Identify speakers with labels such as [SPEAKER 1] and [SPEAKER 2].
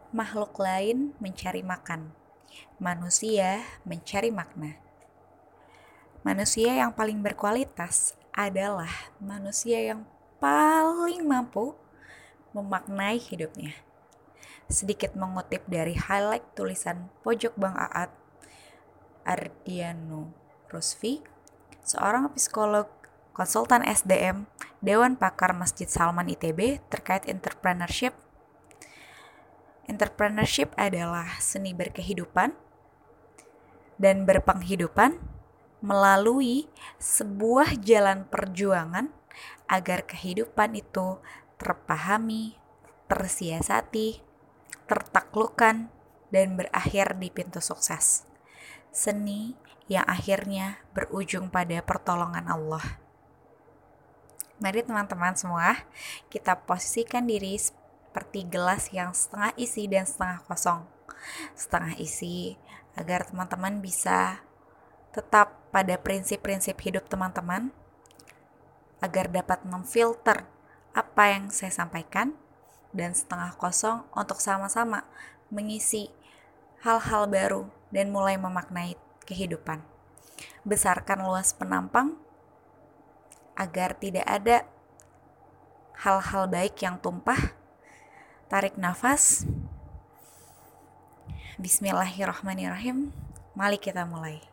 [SPEAKER 1] Makhluk lain mencari makan, manusia mencari makna. Manusia yang paling berkualitas adalah manusia yang paling mampu memaknai hidupnya. Sedikit mengutip dari highlight tulisan pojok Bang Aat, Ardiano Rusfi, seorang psikolog, konsultan SDM, Dewan Pakar Masjid Salman ITB terkait entrepreneurship. Entrepreneurship adalah seni berkehidupan dan berpenghidupan melalui sebuah jalan perjuangan agar kehidupan itu terpahami, tersiasati, tertaklukkan, dan berakhir di pintu sukses. Seni yang akhirnya berujung pada pertolongan Allah. Mari teman-teman semua, kita posisikan diri seperti gelas yang setengah isi dan setengah kosong. Setengah isi agar teman-teman bisa tetap pada prinsip-prinsip hidup teman-teman, agar dapat memfilter apa yang saya sampaikan, dan setengah kosong untuk sama-sama mengisi hal-hal baru dan mulai memaknai kehidupan. Besarkan luas penampang agar tidak ada hal-hal baik yang tumpah. Tarik nafas. Bismillahirrahmanirrahim. Mari kita mulai.